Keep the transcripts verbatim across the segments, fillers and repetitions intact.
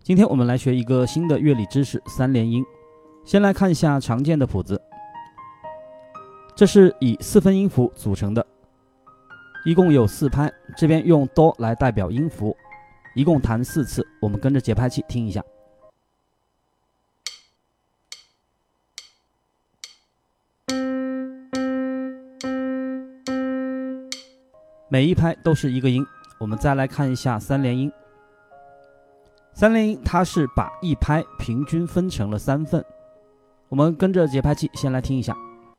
今天我们来学一个新的乐理知识——三连音。先来看一下常见的谱子，这是以四分音符组成的，一共有四拍，这边用哆来代表音符，一共弹四次。我们跟着节拍器听一下。每一拍都是一个音。我们再来看一下三连音。三连音它是把一拍平均分成了三份。我们跟着节拍器先来听一下。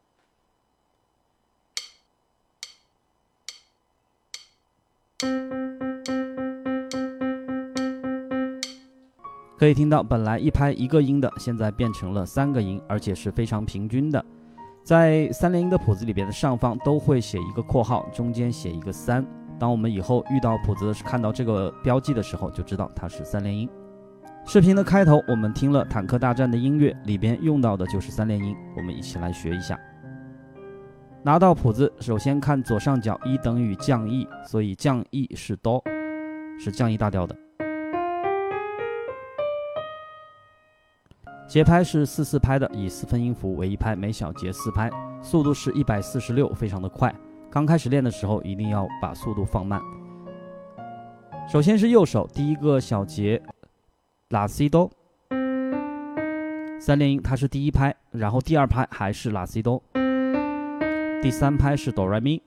可以听到本来一拍一个音的，现在变成了三个音，而且是非常平均的。在三连音的谱子里边的上方都会写一个括号，中间写一个三。当我们以后遇到谱子看到这个标记的时候，就知道它是三连音。视频的开头我们听了坦克大战的音乐，里边用到的就是三连音，我们一起来学一下。拿到谱子，首先看左上角一等于降 E， 所以降 E 是哆，是降 E 大调的。节拍是四四拍的，以四分音符为一拍，每小节四拍，速度是一百四十六，非常的快。刚开始练的时候一定要把速度放慢。首先是右手第一个小节拉西哆，三连音它是第一拍，然后第二拍还是拉西哆，第三拍是哆来咪，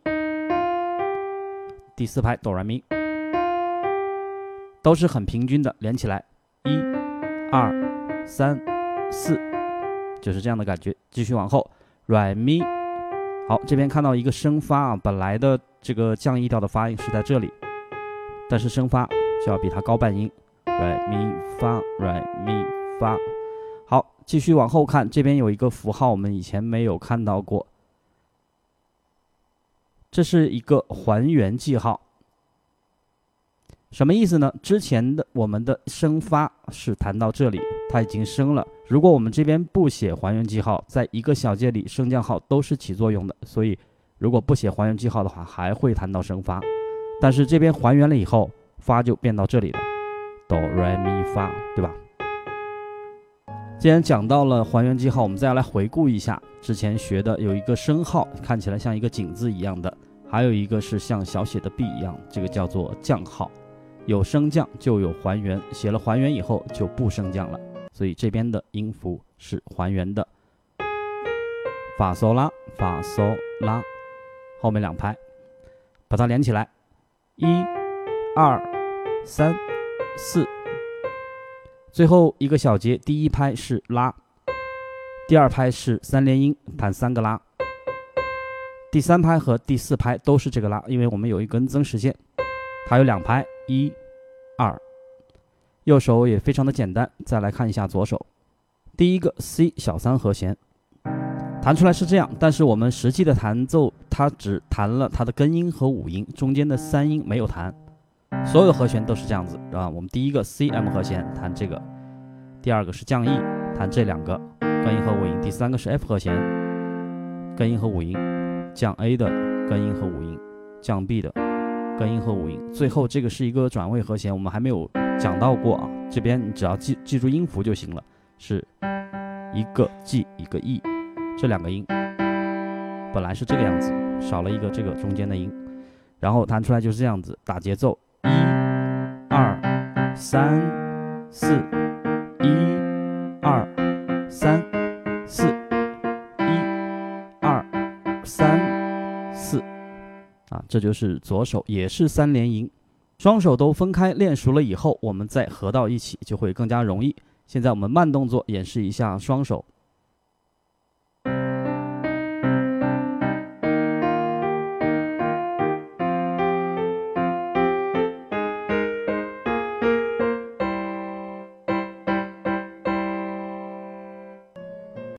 第四拍哆来咪，都是很平均的，连起来一二三四，就是这样的感觉。继续往后来咪，好，这边看到一个升发啊，本来的这个降 E 调的发音是在这里，但是升发就要比它高半音，来咪发来咪发。好，继续往后看，这边有一个符号我们以前没有看到过，这是一个还原记号。什么意思呢？之前的我们的升发是弹到这里，它已经升了。如果我们这边不写还原记号，在一个小节里升降号都是起作用的，所以如果不写还原记号的话，还会弹到升发。但是这边还原了以后，发就变到这里了，哆来咪发，对吧？既然讲到了还原记号，我们再来回顾一下之前学的，有一个升号，看起来像一个井字一样的，还有一个是像小写的 B 一样，这个叫做降号。有升降就有还原，写了还原以后就不升降了，所以这边的音符是还原的。法嗦拉法嗦拉，后面两拍把它连起来，一二三四，最后一个小节第一拍是拉，第二拍是三连音，弹三个拉，第三拍和第四拍都是这个拉，因为我们有一根增时线，它有两拍，一二。右手也非常的简单，再来看一下左手，第一个 C 小三和弦弹出来是这样，但是我们实际的弹奏它只弹了它的根音和五音，中间的三音没有弹，所有的和弦都是这样子啊。我们第一个 C M 和弦弹这个，第二个是降 E 弹这两个根音和五音，第三个是 F 和弦根音和五音，降 A 的根音和五音，降 B 的根音和五音，最后这个是一个转位和弦，我们还没有讲到过啊。这边你只要记记住音符就行了，是一个 G 一个 E， 这两个音本来是这个样子，少了一个这个中间的音，然后弹出来就是这样子，打节奏一二三四，一二三四，一二三四。啊，这就是左手，也是三连音。双手都分开练熟了以后，我们再合到一起就会更加容易。现在我们慢动作演示一下双手。